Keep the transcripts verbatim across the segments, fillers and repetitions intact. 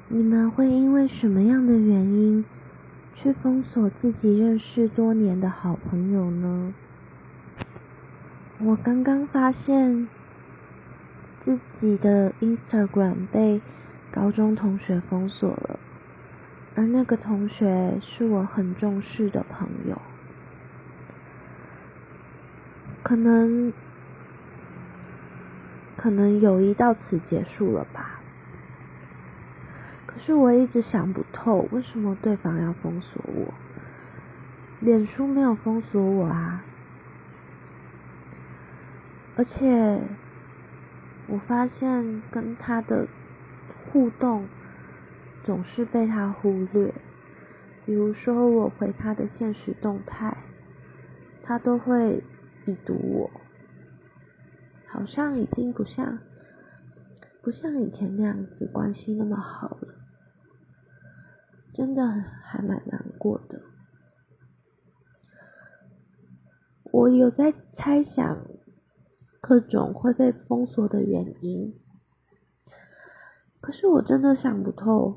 你们会因为什么样的原因去封锁自己认识多年的好朋友呢？我刚刚发现自己的 Instagram 被高中同学封锁了，而那个同学是我很重视的朋友。可能可能友谊到此结束了吧。可是我一直想不透，为什么对方要封锁我？脸书没有封锁我啊。而且我发现跟他的互动总是被他忽略。比如说我回他的现实动态，他都会已读我，好像已经不像不像以前那样子关系那么好了，真的还蛮难过的。我有在猜想各种会被封锁的原因，可是我真的想不透，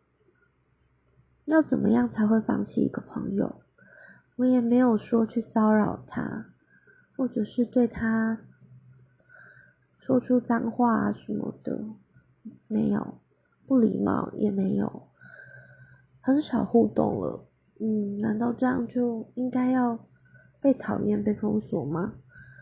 要怎么样才会放弃一个朋友？我也没有说去骚扰他，或者是对他说出脏话啊什么的，没有，不礼貌也没有，很少互动了。嗯，难道这样就应该要被讨厌、被封锁吗？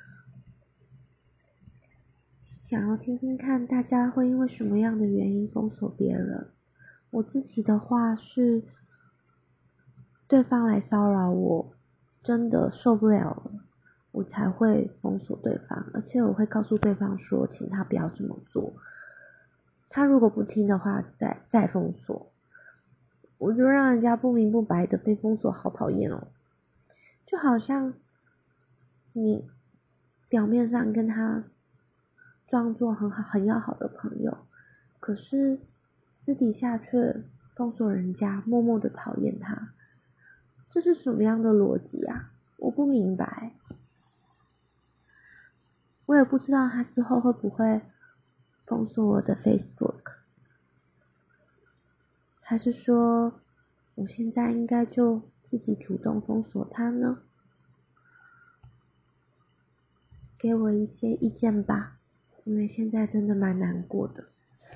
想要听听看大家会因为什么样的原因封锁别人。我自己的话是，对方来骚扰我，真的受不了了，我才会封锁对方，而且我会告诉对方说，请他不要这么做。他如果不听的话，再再封锁。我就让人家不明不白的被封锁，好讨厌哦。就好像你表面上跟他装作很好很要好的朋友，可是私底下却封锁人家，默默的讨厌他，这是什么样的逻辑啊？我不明白。我也不知道他之后会不会封锁我的 Facebook， 还是说我现在应该就自己主动封锁他呢？给我一些意见吧，因为现在真的蛮难过的。